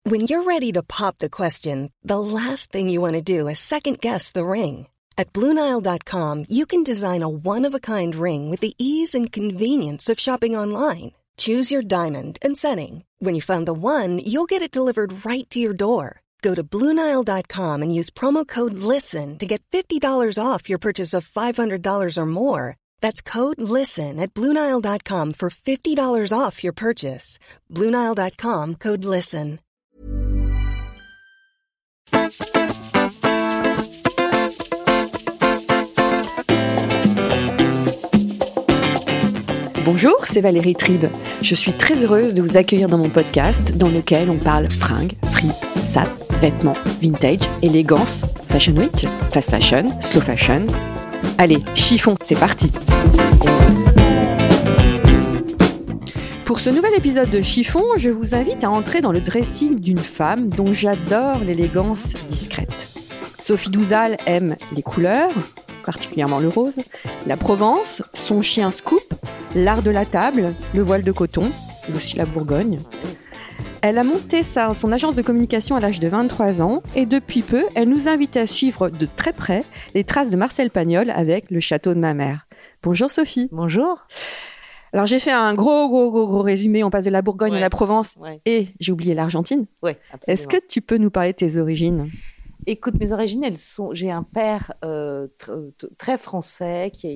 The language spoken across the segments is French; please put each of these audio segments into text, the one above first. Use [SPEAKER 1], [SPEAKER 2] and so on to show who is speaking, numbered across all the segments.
[SPEAKER 1] When you're ready to pop the question, the last thing you want to do is second-guess the ring. At BlueNile.com, you can design a one-of-a-kind ring with the ease and convenience of shopping online. Choose your diamond and setting. When you find the one, you'll get it delivered right to your door. Go to BlueNile.com and use promo code LISTEN to get $50 off your purchase of $500 or more. That's code LISTEN at BlueNile.com for $50 off your purchase. BlueNile.com, code LISTEN.
[SPEAKER 2] Bonjour, c'est Valérie Tribe. Je suis très heureuse de vous accueillir dans mon podcast dans lequel on parle fringues, fripe, sap, vêtements, vintage, élégance, fashion week, fast fashion, slow fashion. Allez, chiffon, c'est parti. Pour ce nouvel épisode de Chiffon, je vous invite à entrer dans le dressing d'une femme dont j'adore l'élégance discrète. Sophie Douzal aime les couleurs, particulièrement le rose, la Provence, son chien Scoop, l'art de la table, le voile de coton, et aussi la Bourgogne. Elle a monté son agence de communication à l'âge de 23 ans et depuis peu, elle nous invite à suivre de très près les traces de Marcel Pagnol avec le château de ma mère. Bonjour Sophie.
[SPEAKER 3] Bonjour.
[SPEAKER 2] Alors j'ai fait un gros résumé, on passe de la Bourgogne à la Provence et j'ai oublié l'Argentine.
[SPEAKER 3] Oui, absolument.
[SPEAKER 2] Est-ce que tu peux nous parler de tes origines ?
[SPEAKER 3] Écoute, mes origines, j'ai un père très français qui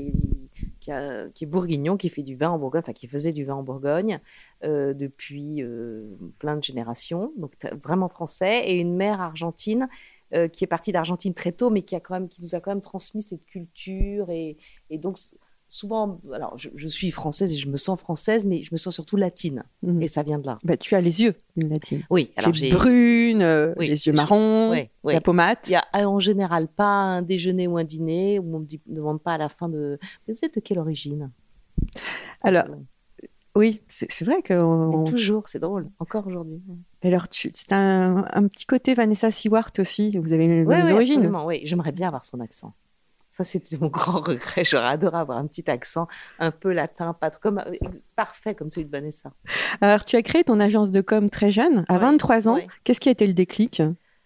[SPEAKER 3] est bourguignon, qui fait du vin en Bourgogne, enfin qui faisait du vin en Bourgogne depuis plein de générations, donc vraiment français, et une mère argentine qui est partie d'Argentine très tôt, mais qui nous a quand même transmis cette culture et donc souvent, alors je suis française et je me sens française, mais je me sens surtout latine. Et ça vient de là.
[SPEAKER 2] Bah, tu as les yeux d'une latine.
[SPEAKER 3] Oui. Alors
[SPEAKER 2] j'ai brune, les yeux marrons, la pommade.
[SPEAKER 3] Il n'y a en général pas un déjeuner ou un dîner où on ne me demande pas à la fin de... Mais vous êtes de quelle origine ?
[SPEAKER 2] Alors, oui, c'est vrai que...
[SPEAKER 3] Toujours, c'est drôle, encore aujourd'hui.
[SPEAKER 2] Alors, c'est un petit côté Vanessa Seward aussi, vous avez les mêmes origines.
[SPEAKER 3] Absolument, oui, j'aimerais bien avoir son accent. Ça, c'était mon grand regret. J'aurais adoré avoir un petit accent un peu latin, parfait comme celui de Vanessa.
[SPEAKER 2] Alors, tu as créé ton agence de com très jeune, à 23 ans. Ouais. Qu'est-ce qui a été le déclic ?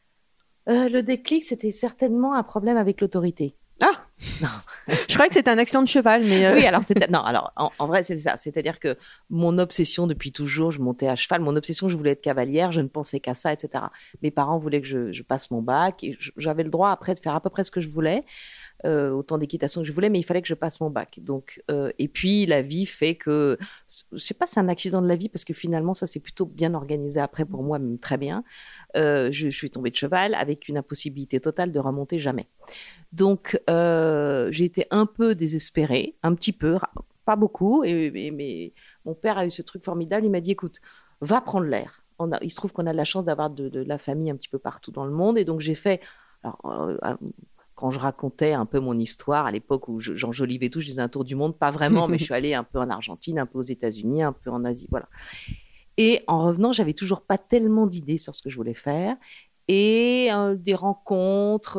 [SPEAKER 3] Le déclic, c'était certainement un problème avec l'autorité.
[SPEAKER 2] Ah non. Je croyais que c'était un accident de cheval, mais...
[SPEAKER 3] Oui, alors, en vrai, c'est ça. C'est-à-dire que mon obsession depuis toujours, je montais à cheval. Mon obsession, je voulais être cavalière, je ne pensais qu'à ça, etc. Mes parents voulaient que je passe mon bac. Et j'avais le droit, après, de faire à peu près ce que je voulais. Autant d'équitation que je voulais, mais il fallait que je passe mon bac. Donc, et puis, la vie fait que... Je ne sais pas si c'est un accident de la vie, parce que finalement, ça s'est plutôt bien organisé après pour moi, même très bien. Je suis tombée de cheval avec une impossibilité totale de remonter jamais. Donc, j'ai été un peu désespérée, un petit peu, pas beaucoup, mais mon père a eu ce truc formidable. Il m'a dit, écoute, va prendre l'air. Il se trouve qu'on a de la chance d'avoir de la famille un petit peu partout dans le monde, et donc j'ai fait... quand je racontais un peu mon histoire, à l'époque où j'enjolivais tout, je disais un tour du monde, pas vraiment, mais je suis allée un peu en Argentine, un peu aux États-Unis, un peu en Asie, voilà. Et en revenant, j'avais toujours pas tellement d'idées sur ce que je voulais faire, et des rencontres...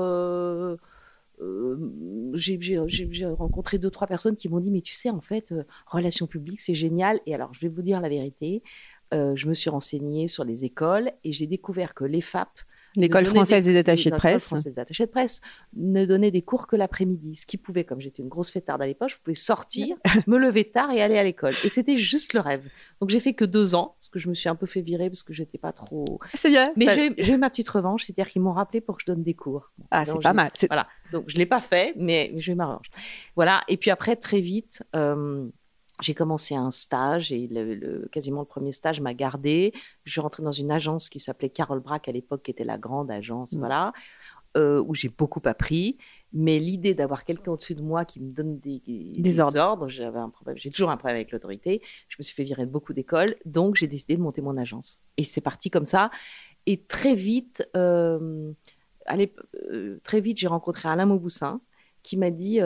[SPEAKER 3] j'ai rencontré 2-3 personnes qui m'ont dit, mais tu sais, en fait, relations publiques, c'est génial. Et alors, je vais vous dire la vérité, je me suis renseignée sur les écoles, et j'ai découvert que l'EFAP,
[SPEAKER 2] L'école française des attachés de
[SPEAKER 3] presse ne donnait des cours que l'après-midi. Ce qui pouvait, comme j'étais une grosse fêtarde à l'époque, je pouvais sortir, me lever tard et aller à l'école. Et c'était juste le rêve. Donc j'ai fait que 2 ans, parce que je me suis un peu fait virer, parce que j'étais pas trop...
[SPEAKER 2] C'est bien.
[SPEAKER 3] Mais j'ai eu ma petite revanche, c'est-à-dire qu'ils m'ont rappelé pour que je donne des cours.
[SPEAKER 2] C'est pas mal.
[SPEAKER 3] Voilà. Donc je l'ai pas fait, mais j'ai eu ma revanche. Voilà. Et puis après, très vite... j'ai commencé un stage et quasiment le premier stage m'a gardée. Je suis rentrée dans une agence qui s'appelait Carole Brac à l'époque, qui était la grande agence, voilà, où j'ai beaucoup appris. Mais l'idée d'avoir quelqu'un au-dessus de moi qui me donne des ordres, j'avais un problème. J'ai toujours un problème avec l'autorité. Je me suis fait virer de beaucoup d'écoles, donc j'ai décidé de monter mon agence. Et c'est parti comme ça. Et très vite, j'ai rencontré Alain Mauboussin qui m'a dit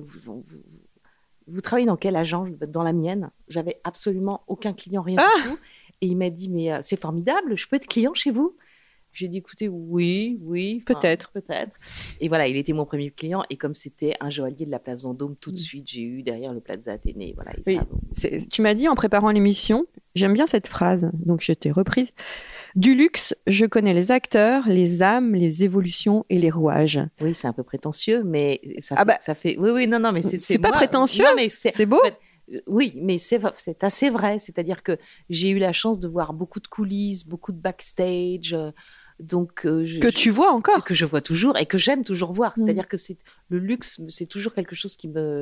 [SPEAKER 3] vous travaillez dans quelle agence ? Dans la mienne. J'avais absolument aucun client, rien du tout. Et il m'a dit, mais c'est formidable, je peux être client chez vous ? J'ai dit, écoutez, oui,
[SPEAKER 2] peut-être.
[SPEAKER 3] Et voilà, il était mon premier client. Et comme c'était un joaillier de la place Vendôme, tout de suite, j'ai eu derrière le Plaza Athénée. Voilà,
[SPEAKER 2] tu m'as dit en préparant l'émission, j'aime bien cette phrase, donc je t'ai reprise. Du luxe, je connais les acteurs, les âmes, les évolutions et les rouages.
[SPEAKER 3] Oui, c'est un peu prétentieux, mais ça fait. Oui, non, mais
[SPEAKER 2] c'est pas prétentieux,
[SPEAKER 3] non, mais
[SPEAKER 2] c'est beau.
[SPEAKER 3] En fait, oui, mais c'est assez vrai. C'est-à-dire que j'ai eu la chance de voir beaucoup de coulisses, beaucoup de backstage. Donc,
[SPEAKER 2] que tu vois encore.
[SPEAKER 3] Que je vois toujours et que j'aime toujours voir. C'est-à-dire que le luxe, c'est toujours quelque chose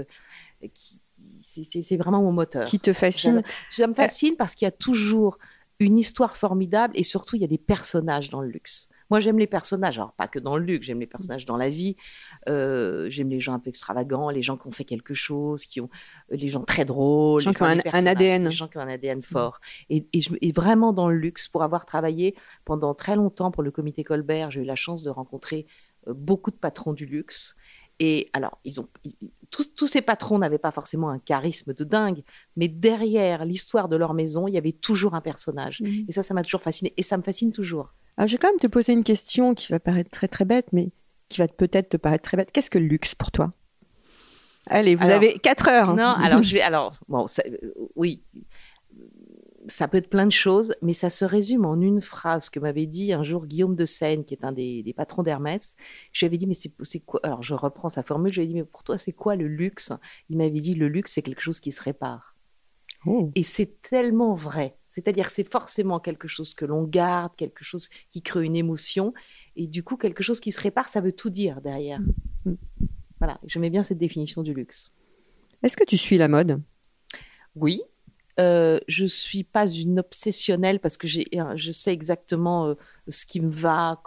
[SPEAKER 3] c'est vraiment mon moteur.
[SPEAKER 2] Qui te fascine.
[SPEAKER 3] Ça me fascine parce qu'il y a toujours une histoire formidable et surtout, il y a des personnages dans le luxe. Moi, j'aime les personnages, alors pas que dans le luxe, j'aime les personnages dans la vie. J'aime les gens un peu extravagants, les gens qui ont fait quelque chose, les gens très drôles.
[SPEAKER 2] Les gens qui ont un ADN.
[SPEAKER 3] Les gens qui ont un ADN fort. Et vraiment dans le luxe, pour avoir travaillé pendant très longtemps pour le comité Colbert, j'ai eu la chance de rencontrer beaucoup de patrons du luxe. Et alors, tous ces patrons n'avaient pas forcément un charisme de dingue, mais derrière l'histoire de leur maison, il y avait toujours un personnage. Et ça m'a toujours fasciné. Et ça me fascine toujours.
[SPEAKER 2] Alors, je vais quand même te poser une question qui va paraître très très bête, mais qui va peut-être te paraître très bête. Qu'est-ce que le luxe pour toi ? Allez, vous avez 4 heures.
[SPEAKER 3] Non, oui, ça peut être plein de choses, mais ça se résume en une phrase que m'avait dit un jour Guillaume de Seine, qui est un des patrons d'Hermès. Je lui avais dit, mais c'est quoi ? Alors, je reprends sa formule. Je lui ai dit, mais pour toi, c'est quoi le luxe ? Il m'avait dit, le luxe, c'est quelque chose qui se répare. Oh. Et c'est tellement vrai. C'est-à-dire, c'est forcément quelque chose que l'on garde, quelque chose qui crée une émotion. Et du coup, quelque chose qui se répare, ça veut tout dire derrière. Voilà, j'aimais bien cette définition du luxe.
[SPEAKER 2] Est-ce que tu suis la mode ?
[SPEAKER 3] Oui. Je ne suis pas une obsessionnelle parce que je sais exactement ce qui me va.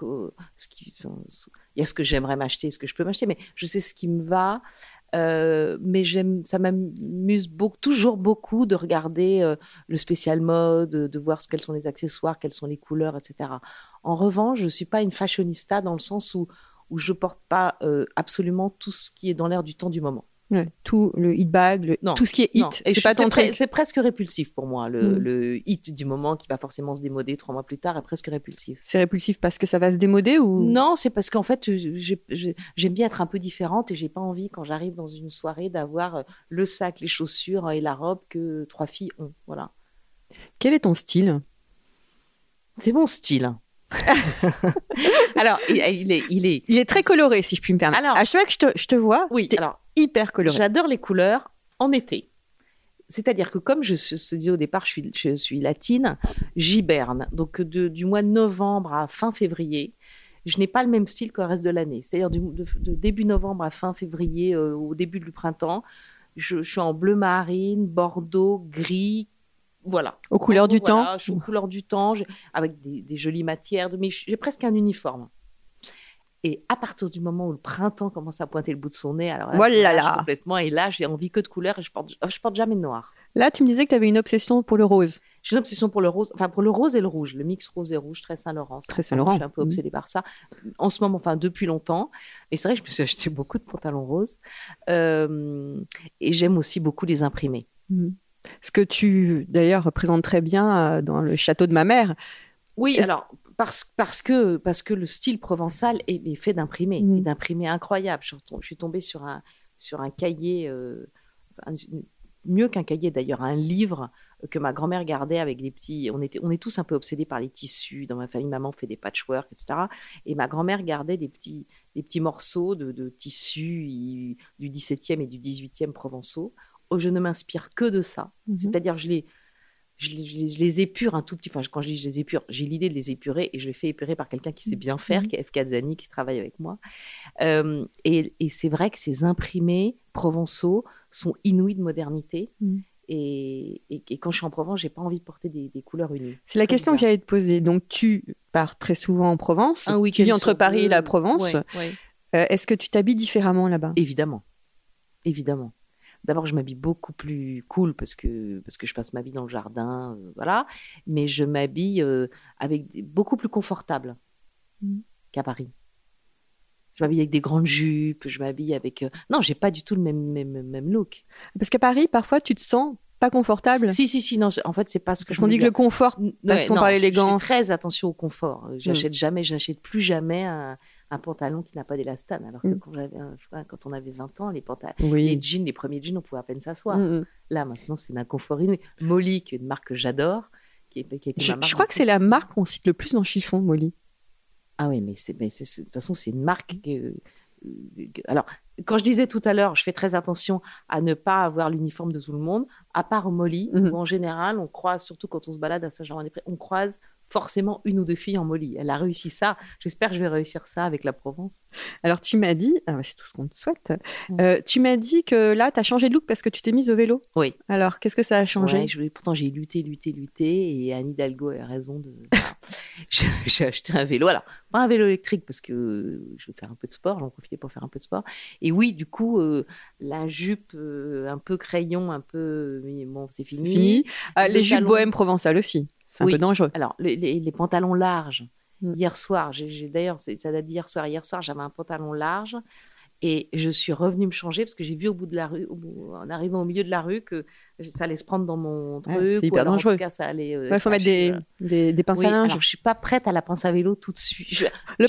[SPEAKER 3] Il y a ce que j'aimerais m'acheter, ce que je peux m'acheter, mais je sais ce qui me va. Mais ça m'amuse toujours beaucoup de regarder le spécial mode, de voir quels sont les accessoires, quelles sont les couleurs, etc. En revanche, je ne suis pas une fashionista dans le sens où je ne porte pas absolument tout ce qui est dans l'air du temps du moment.
[SPEAKER 2] Ouais, tout le hit bag, tout ce qui est hit, c'est pas ton truc.
[SPEAKER 3] C'est presque répulsif pour moi. Le hit du moment qui va forcément se démoder 3 mois plus tard est presque répulsif.
[SPEAKER 2] C'est répulsif parce que ça va se démoder ou...
[SPEAKER 3] Non, c'est parce qu'en fait, j'aime bien être un peu différente et j'ai pas envie, quand j'arrive dans une soirée, d'avoir le sac, les chaussures et la robe que 3 filles ont. Voilà.
[SPEAKER 2] Quel est ton style ?
[SPEAKER 3] C'est mon style. Alors, il est
[SPEAKER 2] très coloré, si je puis me permettre. Alors, à chaque fois que je te vois, hyper coloré.
[SPEAKER 3] J'adore les couleurs en été. C'est-à-dire que comme je te disais au départ, je suis latine, j'hiberne. Donc du mois de novembre à fin février, je n'ai pas le même style que le reste de l'année. C'est-à-dire de début novembre à fin février, au début du printemps, je suis en bleu marine, bordeaux, gris. Voilà.
[SPEAKER 2] Aux couleurs du temps.
[SPEAKER 3] Je suis aux couleurs du temps, avec des jolies matières, mais j'ai presque un uniforme. Et à partir du moment où le printemps commence à pointer le bout de son nez, alors là, je lâche complètement. Et là, j'ai envie que de couleurs et je porte jamais de noir.
[SPEAKER 2] Là, tu me disais que tu avais une obsession pour le rose.
[SPEAKER 3] J'ai une obsession pour le rose, enfin pour le rose et le rouge, le mix rose et rouge, très Saint-Laurent.
[SPEAKER 2] Très Saint-Laurent.
[SPEAKER 3] Je suis un peu obsédée par ça. En ce moment, enfin depuis longtemps. Et c'est vrai que je me suis acheté beaucoup de pantalons roses. Et j'aime aussi beaucoup les imprimés.
[SPEAKER 2] Ce que tu, d'ailleurs, représentes très bien dans le château de ma mère.
[SPEAKER 3] Oui, alors... Parce que le style provençal est fait d'imprimés, et d'imprimés incroyables. Je suis tombée sur un cahier, mieux qu'un cahier d'ailleurs, un livre que ma grand-mère gardait avec des petits... On est tous un peu obsédés par les tissus. Dans ma famille, maman fait des patchwork, etc. Et ma grand-mère gardait des petits morceaux de tissus du 17e et du 18e provençaux. Je ne m'inspire que de ça. C'est-à-dire, je les épure un tout petit. Enfin, quand je dis je les épure, j'ai l'idée de les épurer et je les fais épurer par quelqu'un qui sait bien faire, qui est F. Kazzani, qui travaille avec moi. Et c'est vrai que ces imprimés provençaux sont inouïs de modernité. Et quand je suis en Provence, j'ai pas envie de porter des couleurs unies.
[SPEAKER 2] C'est la question que j'allais te poser. Donc, tu pars très souvent en Provence. Tu vis entre Paris et la Provence. Ouais. Est-ce que tu t'habilles différemment là-bas ?
[SPEAKER 3] Évidemment. D'abord, je m'habille beaucoup plus cool parce que je passe ma vie dans le jardin, voilà. Mais je m'habille beaucoup plus confortable qu'à Paris. Je m'habille avec des grandes jupes, je m'habille avec... Non, j'ai pas du tout le même look.
[SPEAKER 2] Parce qu'à Paris, parfois, tu te sens pas confortable.
[SPEAKER 3] Si, non, en fait, c'est pas ce que
[SPEAKER 2] Parce qu'on dit que le confort, passons par l'élégance.
[SPEAKER 3] Je fais très attention au confort. Je n'achète plus jamais un pantalon qui n'a pas d'élastane. Alors que quand on avait 20 ans, les jeans, les premiers jeans, on pouvait à peine s'asseoir. Là, maintenant, c'est d'un confort inouï. Molly, qui est une marque que j'adore, qui a été
[SPEAKER 2] Je
[SPEAKER 3] ma marque.
[SPEAKER 2] crois que c'est la marque qu'on cite le plus dans Chiffon, Molly.
[SPEAKER 3] Ah oui, mais de toute façon, c'est une marque. Alors, quand je disais tout à l'heure, je fais très attention à ne pas avoir l'uniforme de tout le monde, à part Molly, où en général, on croise, surtout quand on se balade à Saint-Germain-des-Prés, on croise forcément une ou deux filles en Molly. Elle a réussi ça. J'espère que je vais réussir ça avec la Provence.
[SPEAKER 2] Alors, tu m'as dit, c'est tout ce qu'on te souhaite, tu m'as dit que là, tu as changé de look parce que tu t'es mise au vélo.
[SPEAKER 3] Oui.
[SPEAKER 2] Alors, qu'est-ce que ça a changé?
[SPEAKER 3] Pourtant, j'ai lutté, et Anne Hidalgo a raison de... J'ai acheté un vélo. Alors, pas un vélo électrique parce que je veux faire un peu de sport. J'en profitais pour faire un peu de sport. Et oui, du coup, la jupe un peu crayon, un peu... Bon, c'est fini.
[SPEAKER 2] C'est fini. Les jupes bohème provençales aussi. C'est un peu dangereux.
[SPEAKER 3] Alors, les pantalons larges. Hier soir, d'ailleurs, ça date d'hier soir. Hier soir, j'avais un pantalon large et je suis revenue me changer parce que j'ai vu au bout de la rue, en arrivant au milieu de la rue, que ça allait se prendre dans mon truc.
[SPEAKER 2] C'est hyper dangereux.
[SPEAKER 3] En tout cas, ça allait.
[SPEAKER 2] Il faut mettre des pinces à linge.
[SPEAKER 3] Alors, je suis pas prête à la pince à vélo tout de suite.
[SPEAKER 2] La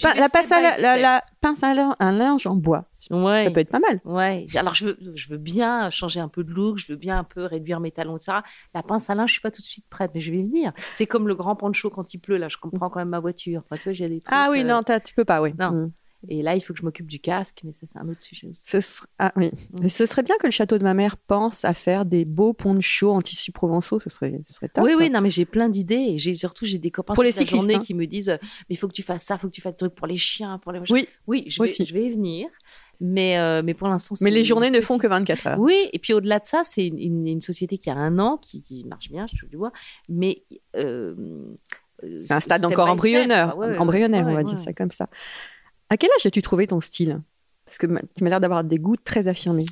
[SPEAKER 2] pince à linge en bois.
[SPEAKER 3] Ouais.
[SPEAKER 2] Ça peut être pas mal.
[SPEAKER 3] Ouais. Alors, je veux bien changer un peu de look, je veux bien un peu réduire mes talons, etc. La pince à linge, je suis pas tout de suite prête, mais je vais venir. C'est comme le grand poncho quand il pleut, là. Je comprends quand même ma voiture. Enfin, tu vois, j'ai des trucs.
[SPEAKER 2] Ah oui, non, tu peux pas, oui.
[SPEAKER 3] Non. Et là, il faut que je m'occupe du casque, mais ça, c'est un autre sujet aussi.
[SPEAKER 2] Ce serait bien que le château de ma mère pense à faire des beaux ponchos en tissu provençaux, ce serait top.
[SPEAKER 3] Oui, non, mais j'ai plein d'idées. Et j'ai des copains
[SPEAKER 2] pour les cyclistes
[SPEAKER 3] qui me disent mais il faut que tu fasses ça, il faut que tu fasses des trucs pour les chiens, pour les...
[SPEAKER 2] Oui,
[SPEAKER 3] je vais y venir. Mais pour l'instant,
[SPEAKER 2] mais les journées ne font que 24 heures.
[SPEAKER 3] Oui, et puis au-delà de ça, c'est une société qui a 1 an, qui marche bien, je le vois, mais
[SPEAKER 2] c'est un stade encore embryonnaire, on va dire ça comme ça. À quel âge as-tu trouvé ton style? Parce que tu m'as l'air d'avoir des goûts très affirmés.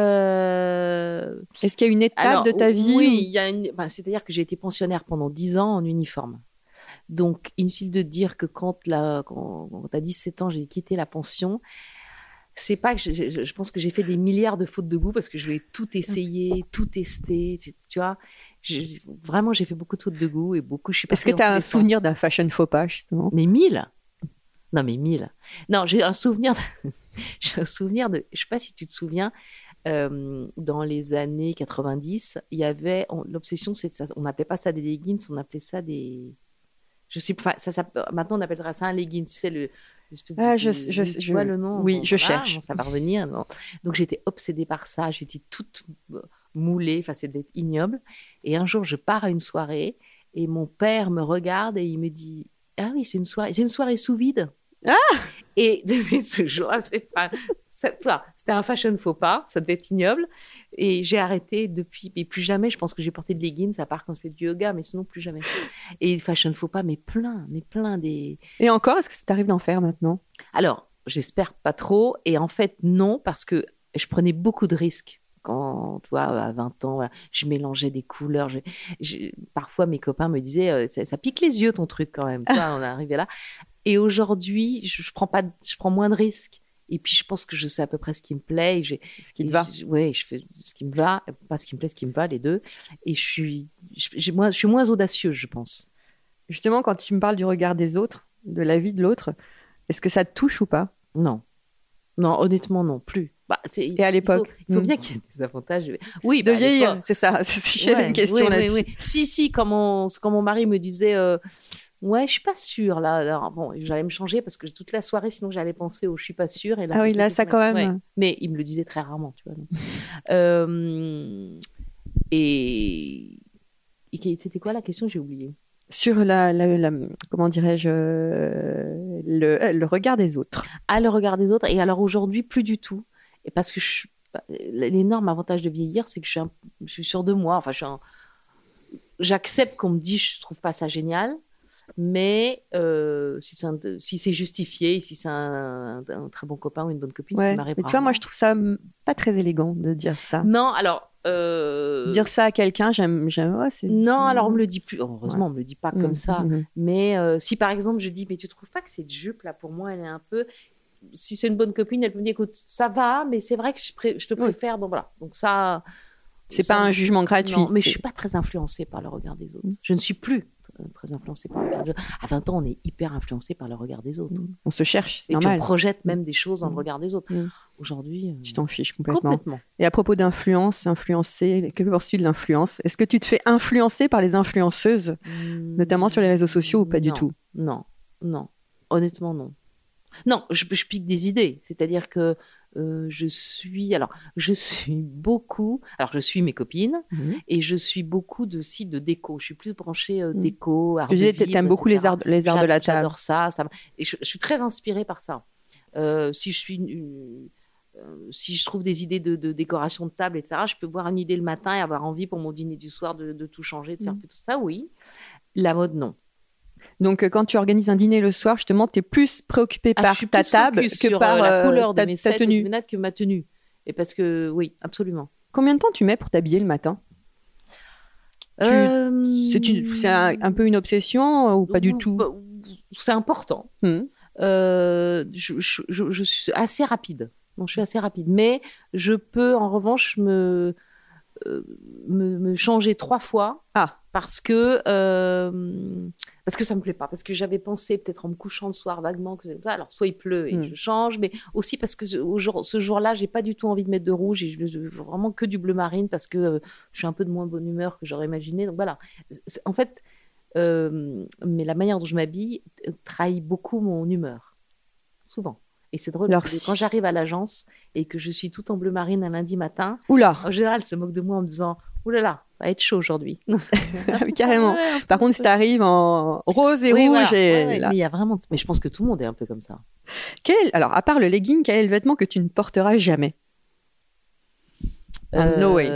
[SPEAKER 2] Est-ce qu'il y a une étape de ta vie?
[SPEAKER 3] Oui, il y a c'est-à-dire que j'ai été pensionnaire pendant 10 ans en uniforme. Donc, inutile de dire que quand tu as 17 ans, j'ai quitté la pension. C'est pas que je pense que j'ai fait des milliards de fautes de goût parce que je voulais tout essayer, tout tester, tu vois. Vraiment, j'ai fait beaucoup de fautes de goût et beaucoup.
[SPEAKER 2] Est-ce que tu as un souvenir d'un fashion faux pas, justement?
[SPEAKER 3] Mais 1000. Non, mais 1000. Non, j'ai un souvenir de... Je sais pas si tu te souviens, dans les années 90, il y avait... L'obsession, c'est ça. On n'appelait pas ça des leggings, on appelait ça des... Je sais pas, maintenant, on appellera ça un legging. Tu sais, je vois le nom.
[SPEAKER 2] Oui, je cherche.
[SPEAKER 3] Ça va revenir. Non. Donc, j'étais obsédée par ça. J'étais toute moulée. Enfin, c'était ignoble. Et un jour, je pars à une soirée et mon père me regarde et il me dit... Ah oui, c'est une soirée sous vide. Ah! Et depuis ce jour, c'était un fashion faux pas, ça devait être ignoble. Et j'ai arrêté depuis, mais plus jamais. Je pense que j'ai porté de leggings, à part quand je fais du yoga, mais sinon plus jamais. Et fashion faux pas, mais plein des.
[SPEAKER 2] Et encore, est-ce que ça t'arrive d'en faire maintenant? Alors,
[SPEAKER 3] j'espère pas trop. Et en fait, non, parce que je prenais beaucoup de risques. Quand, tu vois, à 20 ans, voilà, je mélangeais des couleurs. Parfois, mes copains me disaient ça pique les yeux ton truc quand même. Tu vois, on est arrivé là. Et aujourd'hui, je prends moins de risques. Et puis, je pense que je sais à peu près ce qui me plaît.
[SPEAKER 2] Ce qui te va.
[SPEAKER 3] Oui, je fais ce qui me va, pas ce qui me plaît, ce qui me va, les deux. Et je suis moins audacieuse, je pense.
[SPEAKER 2] Justement, quand tu me parles du regard des autres, de la vie de l'autre, est-ce que ça te touche ou pas?
[SPEAKER 3] Non, honnêtement, non plus.
[SPEAKER 2] Et à l'époque,
[SPEAKER 3] il faut bien qu'il y ait des avantages. Oui,
[SPEAKER 2] de vieillir, c'est ça. J'avais une question là-dessus.
[SPEAKER 3] Oui. Si, quand mon mari me disait, ouais, je suis pas sûre là. Alors, bon, j'allais me changer parce que toute la soirée, sinon j'allais penser au je suis pas sûre. Et là,
[SPEAKER 2] ah oui, là, ça quand même.
[SPEAKER 3] Ouais. Mais il me le disait très rarement, tu vois. Et c'était quoi la question? J'ai oublié.
[SPEAKER 2] Sur comment dirais-je, le regard des autres.
[SPEAKER 3] Ah, le regard des autres. Et alors aujourd'hui, plus du tout. Et parce que l'énorme avantage de vieillir, c'est que je suis sûre de moi. Enfin, j'accepte qu'on me dise je trouve pas ça génial, mais si c'est justifié, si c'est un très bon copain ou une bonne copine, ça m'arrive.
[SPEAKER 2] Mais tu vois, moi, je trouve ça pas très élégant de dire ça.
[SPEAKER 3] Non, alors.
[SPEAKER 2] Dire ça à quelqu'un, j'aime.
[SPEAKER 3] Non, alors on me le dit plus. Heureusement, on me le dit pas comme ça. Mais si par exemple je dis, mais tu trouves pas que cette jupe là, pour moi, elle est un peu. Si c'est une bonne copine, elle me dit, écoute, ça va, mais c'est vrai que je te préfère. Donc voilà. Donc ça.
[SPEAKER 2] C'est pas un jugement gratuit.
[SPEAKER 3] Non, mais je suis pas très influencée par le regard des autres. Je ne suis plus très influencé par le regard des autres. À 20 ans, on est hyper influencé par le regard des autres.
[SPEAKER 2] On se cherche, c'est
[SPEAKER 3] et
[SPEAKER 2] normal.
[SPEAKER 3] puis on projette même des choses dans le regard des autres. Aujourd'hui...
[SPEAKER 2] Tu t'en fiches complètement. Et à propos d'influence, que penses-tu de l'influence ? Est-ce que tu te fais influencer par les influenceuses, notamment sur les réseaux sociaux ou pas du tout ?
[SPEAKER 3] Non. Honnêtement, non. Non, je pique des idées. C'est-à-dire que je suis mes copines et je suis beaucoup de sites de déco. Je suis plus branchée déco, art de vivre,
[SPEAKER 2] tu aimes beaucoup les arts de la table.
[SPEAKER 3] J'adore ça. Et je suis très inspirée par ça. Si je trouve des idées de décoration de table, etc., je peux voir une idée le matin et avoir envie pour mon dîner du soir de tout changer, de faire plutôt ça, oui. La mode, non.
[SPEAKER 2] Donc, quand tu organises un dîner le soir, justement, tu es plus préoccupée par ta table que par
[SPEAKER 3] la couleur de
[SPEAKER 2] ta tenue.
[SPEAKER 3] Que ma tenue. Et parce que, oui, absolument.
[SPEAKER 2] Combien de temps tu mets pour t'habiller le matin ? C'est un peu une obsession ou pas du tout ?
[SPEAKER 3] C'est important. Je suis assez rapide. Non, je suis assez rapide. Mais je peux, en revanche, me changer 3 fois parce que ça me plaît pas, parce que j'avais pensé peut-être en me couchant le soir vaguement que c'est comme ça. Alors soit il pleut et je change, mais aussi parce que ce jour-là j'ai pas du tout envie de mettre de rouge et je veux vraiment que du bleu marine parce que je suis un peu de moins bonne humeur que j'aurais imaginé. Donc voilà, en fait, mais la manière dont je m'habille trahit beaucoup mon humeur, souvent. Et c'est drôle, parce que quand j'arrive à l'agence et que je suis toute en bleu marine un lundi matin, en général, elle se moque de moi en me disant « Oulala, ça va être chaud aujourd'hui. »
[SPEAKER 2] Carrément. Par contre, si tu arrives en rose et rouge...
[SPEAKER 3] Voilà. Mais il y a vraiment... Mais je pense que tout le monde est un peu comme ça.
[SPEAKER 2] Alors, à part le legging, quel est le vêtement que tu ne porteras jamais ? No way.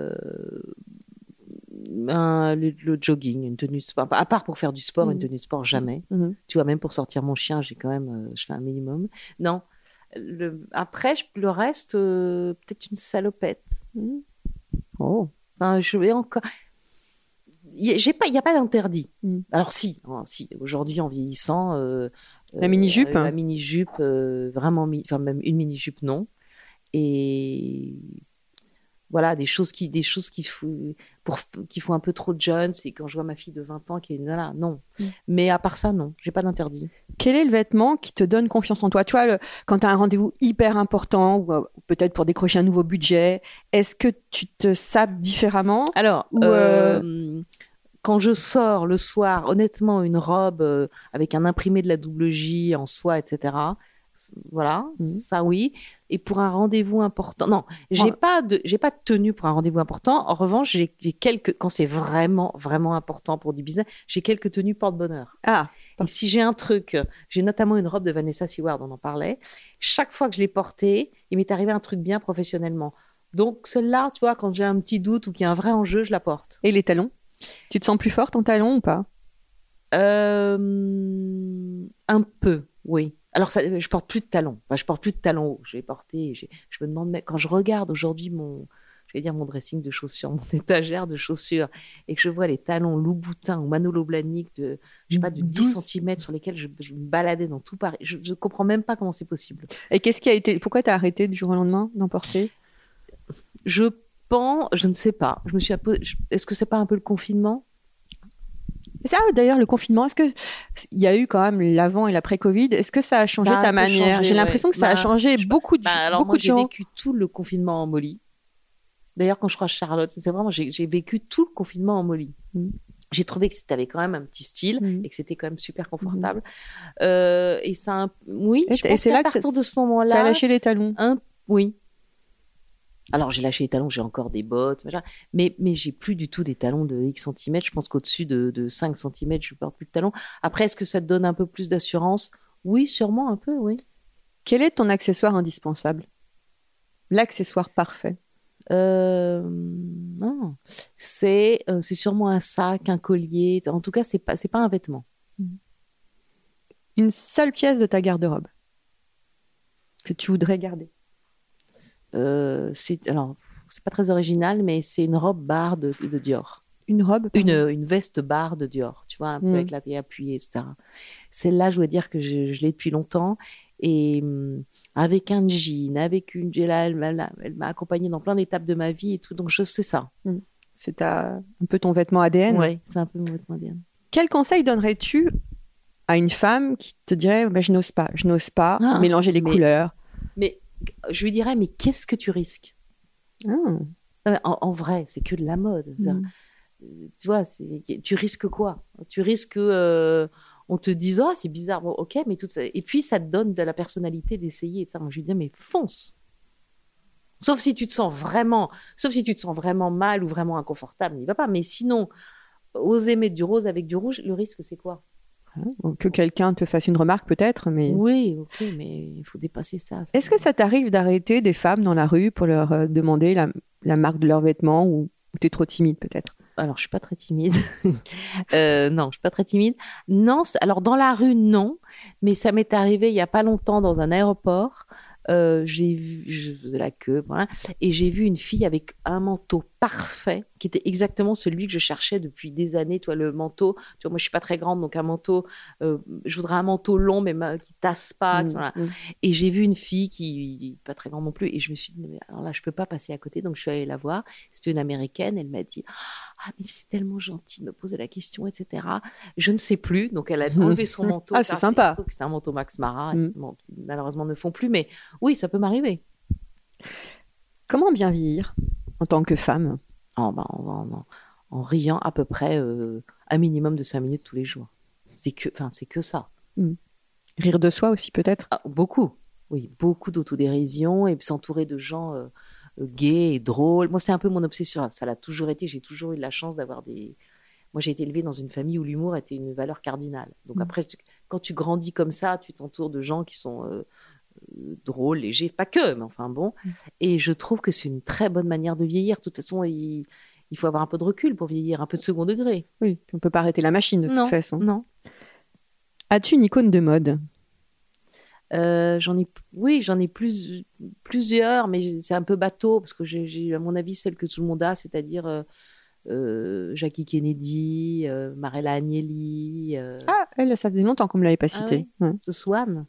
[SPEAKER 3] Le jogging, une tenue de sport. À part pour faire du sport, une tenue de sport, jamais. Tu vois, même pour sortir mon chien, j'ai quand même, je fais un minimum. Non. Après, le reste, peut-être une salopette.
[SPEAKER 2] Oh.
[SPEAKER 3] Enfin, je vais encore. Il n'y a pas d'interdit. Alors si, aujourd'hui en vieillissant,
[SPEAKER 2] la mini-jupe.
[SPEAKER 3] La mini-jupe, vraiment, même une mini-jupe, non. Et voilà, des choses qui font un peu trop de jeunes. C'est quand je vois ma fille de 20 ans qui est là, non. Mais à part ça, non, j'ai pas d'interdit.
[SPEAKER 2] Quel est le vêtement qui te donne confiance en toi ? Tu vois, quand tu as un rendez-vous hyper important ou peut-être pour décrocher un nouveau budget, est-ce que tu te sapes différemment ?
[SPEAKER 3] Alors, quand je sors le soir, honnêtement, une robe avec un imprimé de la double J en soie, etc., voilà, ça oui. Et pour un rendez-vous important, non, j'ai pas de tenue pour un rendez-vous important. En revanche, j'ai quand c'est vraiment, vraiment important pour du business, j'ai quelques tenues porte-bonheur. Et si j'ai un truc, j'ai notamment une robe de Vanessa Seward, on en parlait. Chaque fois que je l'ai portée, il m'est arrivé un truc bien professionnellement. Donc celle-là, tu vois, quand j'ai un petit doute ou qu'il y a un vrai enjeu, je la porte.
[SPEAKER 2] Et les talons ? Tu te sens plus forte en talons ou pas ?
[SPEAKER 3] Un peu, oui. Alors, je porte plus de talons. Enfin, je porte plus de talons hauts. Je me demande, quand je regarde aujourd'hui mon dressing de chaussures, mon étagère de chaussures, et que je vois les talons Louboutin ou Manolo Blahnik de 10 cm sur lesquels je me baladais dans tout Paris. Je ne comprends même pas comment c'est possible.
[SPEAKER 2] Et pourquoi tu as arrêté du jour au lendemain d'en porter ?
[SPEAKER 3] Je ne sais pas. Est-ce que c'est pas un peu le confinement ?
[SPEAKER 2] Ça, d'ailleurs, le confinement, est-ce qu'il y a eu quand même l'avant et l'après-Covid ? Est-ce que ça a changé ta manière ? J'ai l'impression que ça a changé beaucoup de gens.
[SPEAKER 3] J'ai vécu tout le confinement en molly. D'ailleurs, quand je crois Charlotte, c'est vraiment, j'ai vécu tout le confinement en molly. J'ai trouvé que c'était quand même un petit style et que c'était quand même super confortable. Et ça, oui, je pense qu'à partir de ce moment-là...
[SPEAKER 2] T'as lâché les talons.
[SPEAKER 3] Oui. Alors, j'ai lâché les talons, j'ai encore des bottes, mais j'ai plus du tout des talons de X centimètres. Je pense qu'au-dessus de 5 centimètres, je ne porte plus de talons. Après, est-ce que ça te donne un peu plus d'assurance ? Oui, sûrement un peu, oui.
[SPEAKER 2] Quel est ton accessoire indispensable ? L'accessoire parfait ?
[SPEAKER 3] Non. C'est sûrement un sac, un collier. En tout cas, c'est pas un vêtement.
[SPEAKER 2] Une seule pièce de ta garde-robe que tu voudrais garder ? C'est pas très original, mais c'est une robe barre de Dior. Une robe,
[SPEAKER 3] une veste barre de Dior, tu vois, un peu avec la taille appuyée, etc. Celle-là, je dois dire que je l'ai depuis longtemps, et avec un jean, elle m'a accompagnée dans plein d'étapes de ma vie et tout, donc je sais ça.
[SPEAKER 2] C'est un peu ton vêtement ADN.
[SPEAKER 3] Oui, c'est un peu mon vêtement ADN.
[SPEAKER 2] Quel conseil donnerais-tu à une femme qui te dirait je n'ose pas mélanger les couleurs?
[SPEAKER 3] Mais je lui dirais, mais qu'est-ce que tu risques? En vrai, c'est que de la mode. Tu vois, tu risques quoi? Tu risques on te dise, c'est bizarre, bon, ok, mais et puis ça te donne de la personnalité d'essayer. Ça, moi, je lui dis, mais fonce. Sauf si tu te sens vraiment mal ou vraiment inconfortable, n'y va pas. Mais sinon, oser mettre du rose avec du rouge, le risque, c'est quoi?
[SPEAKER 2] Que quelqu'un te fasse une remarque peut-être, mais...
[SPEAKER 3] Oui, ok, mais il faut dépasser ça.
[SPEAKER 2] Est-ce que ça t'arrive d'arrêter des femmes dans la rue pour leur demander la marque de leurs vêtements, ou t'es trop timide peut-être?
[SPEAKER 3] Alors, je suis pas très timide. Non, je suis pas très timide. Non, alors dans la rue, non. Mais ça m'est arrivé il y a pas longtemps dans un aéroport. Je faisais la queue, voilà, et j'ai vu une fille avec un manteau parfait, qui était exactement celui que je cherchais depuis des années. Toi, le manteau, tu vois, moi je suis pas très grande, donc un manteau, je voudrais un manteau long mais qui tasse pas. Voilà. Et j'ai vu une fille qui pas très grande non plus, et je me suis dit, mais alors là je peux pas passer à côté, donc je suis allée la voir. C'était une Américaine, elle m'a dit, mais c'est tellement gentil de me poser la question, etc. Je ne sais plus, donc elle a enlevé son manteau.
[SPEAKER 2] C'est sympa.
[SPEAKER 3] C'est un manteau Max Mara, bon, qui malheureusement ne font plus, mais oui, ça peut m'arriver.
[SPEAKER 2] Comment bien vieillir en tant que femme?
[SPEAKER 3] En riant à peu près un minimum de 5 minutes tous les jours. C'est que ça.
[SPEAKER 2] Rire de soi aussi peut-être?
[SPEAKER 3] Beaucoup, oui, beaucoup d'autodérision et s'entourer de gens gays et drôles. Moi, c'est un peu mon obsession. Ça l'a toujours été. J'ai toujours eu la chance d'avoir des... Moi, j'ai été élevée dans une famille où l'humour était une valeur cardinale. Donc après, quand tu grandis comme ça, tu t'entoures de gens qui sont... drôle, léger, pas que, mais enfin bon. Et je trouve que c'est une très bonne manière de vieillir. De toute façon, il faut avoir un peu de recul pour vieillir, un peu de second degré.
[SPEAKER 2] Oui, on ne peut pas arrêter la machine de toute façon.
[SPEAKER 3] Non.
[SPEAKER 2] As-tu une icône de mode?
[SPEAKER 3] J'en ai plusieurs, mais c'est un peu bateau, parce que j'ai, à mon avis, celle que tout le monde a, c'est-à-dire Jackie Kennedy, Marella Agnelli.
[SPEAKER 2] Elle, ça faisait longtemps qu'on ne me l'avait pas citée.
[SPEAKER 3] The Swan.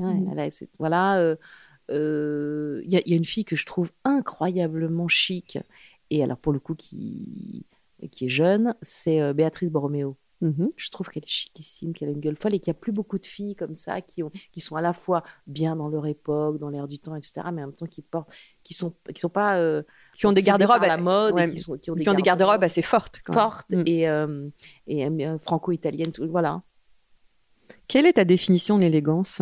[SPEAKER 3] Voilà. Il y a une fille que je trouve incroyablement chic, et alors pour le coup qui est jeune, c'est Béatrice Borromeo. Je trouve qu'elle est chiquissime, qu'elle a une gueule folle, et qu'il n'y a plus beaucoup de filles comme ça qui sont à la fois bien dans leur époque, dans l'air du temps, etc., mais en même temps qui sont pas
[SPEAKER 2] qui ont des garde-robes
[SPEAKER 3] à la mode, et
[SPEAKER 2] qui ont des garde-robes assez fortes
[SPEAKER 3] et franco-italiennes, voilà.
[SPEAKER 2] Quelle est ta définition de l'élégance?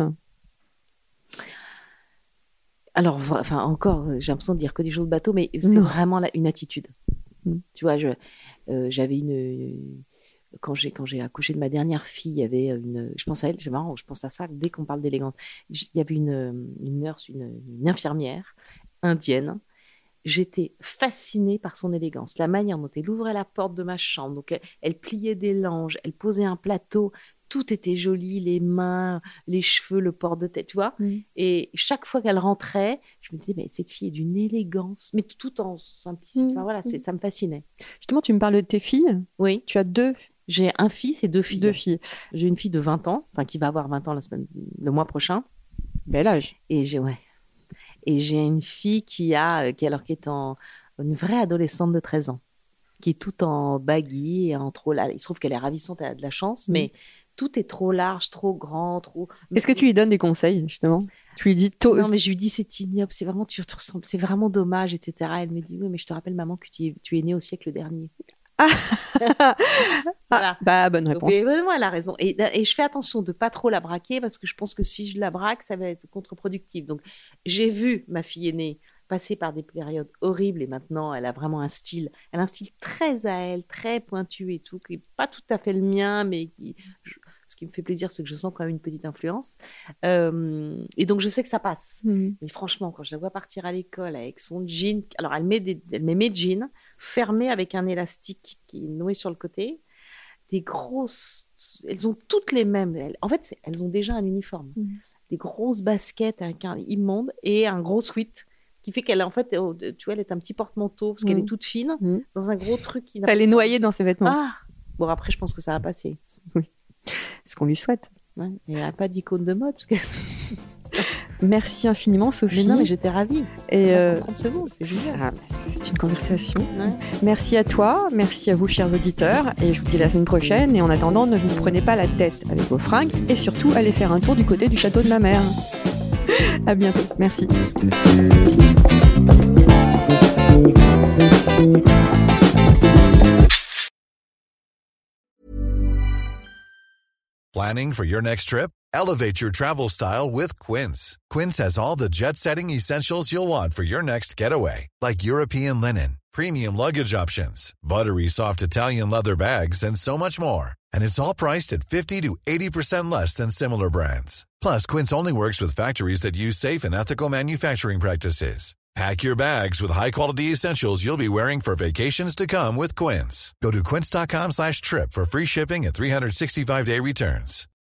[SPEAKER 3] Alors, encore, j'ai l'impression de dire que des choses de bateau, mais c'est vraiment une attitude. Tu vois, j'avais quand j'ai accouché de ma dernière fille, il y avait je pense à elle, c'est marrant, je pense à ça dès qu'on parle d'élégance. Il y avait une nurse, une infirmière indienne. J'étais fascinée par son élégance, la manière dont elle ouvrait la porte de ma chambre. Donc elle pliait des langes, elle posait un plateau, tout était joli, les mains, les cheveux, le port de tête, tu vois. Et chaque fois qu'elle rentrait, je me disais, mais cette fille est d'une élégance, mais tout en simplicité. Enfin, voilà, ça me fascinait.
[SPEAKER 2] Justement, tu me parles de tes filles.
[SPEAKER 3] Oui.
[SPEAKER 2] Tu as deux.
[SPEAKER 3] J'ai un fils et 2 filles.
[SPEAKER 2] 2 filles.
[SPEAKER 3] J'ai une fille de 20 ans, qui va avoir 20 ans le mois prochain.
[SPEAKER 2] Bel âge.
[SPEAKER 3] Et j'ai une fille qui est une vraie adolescente de 13 ans, qui est toute en baggy et en trop large. Il se trouve qu'elle est ravissante, elle a de la chance, mais tout est trop large, trop grand, trop...
[SPEAKER 2] Est-ce que tu lui donnes des conseils, justement? Tu lui dis...
[SPEAKER 3] Non, mais je lui dis, c'est ignoble, c'est vraiment, tu te ressembles, c'est vraiment dommage, etc. Elle me dit, oui, mais je te rappelle, maman, que tu es née au siècle dernier. Voilà.
[SPEAKER 2] Bonne réponse.
[SPEAKER 3] Donc, vraiment, elle a raison. Et je fais attention de pas trop la braquer, parce que je pense que si je la braque, ça va être contre-productif. Donc, j'ai vu ma fille aînée passer par des périodes horribles, et maintenant, elle a vraiment un style. Elle a un style très à elle, très pointu et tout, qui n'est pas tout à fait le mien, mais ce qui me fait plaisir, c'est que je sens quand même une petite influence. Et donc, je sais que ça passe. Mais franchement, quand je la vois partir à l'école avec son jean, alors elle met mes jeans fermés avec un élastique qui est noué sur le côté, des grosses... Elles ont toutes les mêmes. En fait, elles ont déjà un uniforme. Des grosses baskets avec un immonde et un gros sweat qui fait qu'elle, en fait, tu vois, elle est un petit porte-manteau parce qu'elle est toute fine dans un gros truc.
[SPEAKER 2] Elle est noyée dans ses vêtements.
[SPEAKER 3] Bon, après, je pense que ça va passer.
[SPEAKER 2] Oui. Ce qu'on lui souhaite.
[SPEAKER 3] Ouais, il n'y a pas d'icône de mode. Parce que...
[SPEAKER 2] Merci infiniment, Sophie.
[SPEAKER 3] Mais non, mais j'étais ravie.
[SPEAKER 2] Et
[SPEAKER 3] 30 secondes, c'est génial.
[SPEAKER 2] C'est une conversation.
[SPEAKER 3] Ouais.
[SPEAKER 2] Merci à toi, merci à vous, chers auditeurs. Et je vous dis à la semaine prochaine. Et en attendant, ne vous prenez pas la tête avec vos fringues. Et surtout, allez faire un tour du côté du château de ma mère. À bientôt. Merci.
[SPEAKER 4] Planning for your next trip? Elevate your travel style with Quince. Quince has all the jet-setting essentials you'll want for your next getaway, like European linen, premium luggage options, buttery soft Italian leather bags, and so much more. And it's all priced at 50 to 80% less than similar brands. Plus, Quince only works with factories that use safe and ethical manufacturing practices. Pack your bags with high-quality essentials you'll be wearing for vacations to come with Quince. Go to quince.com/trip for free shipping and 365-day returns.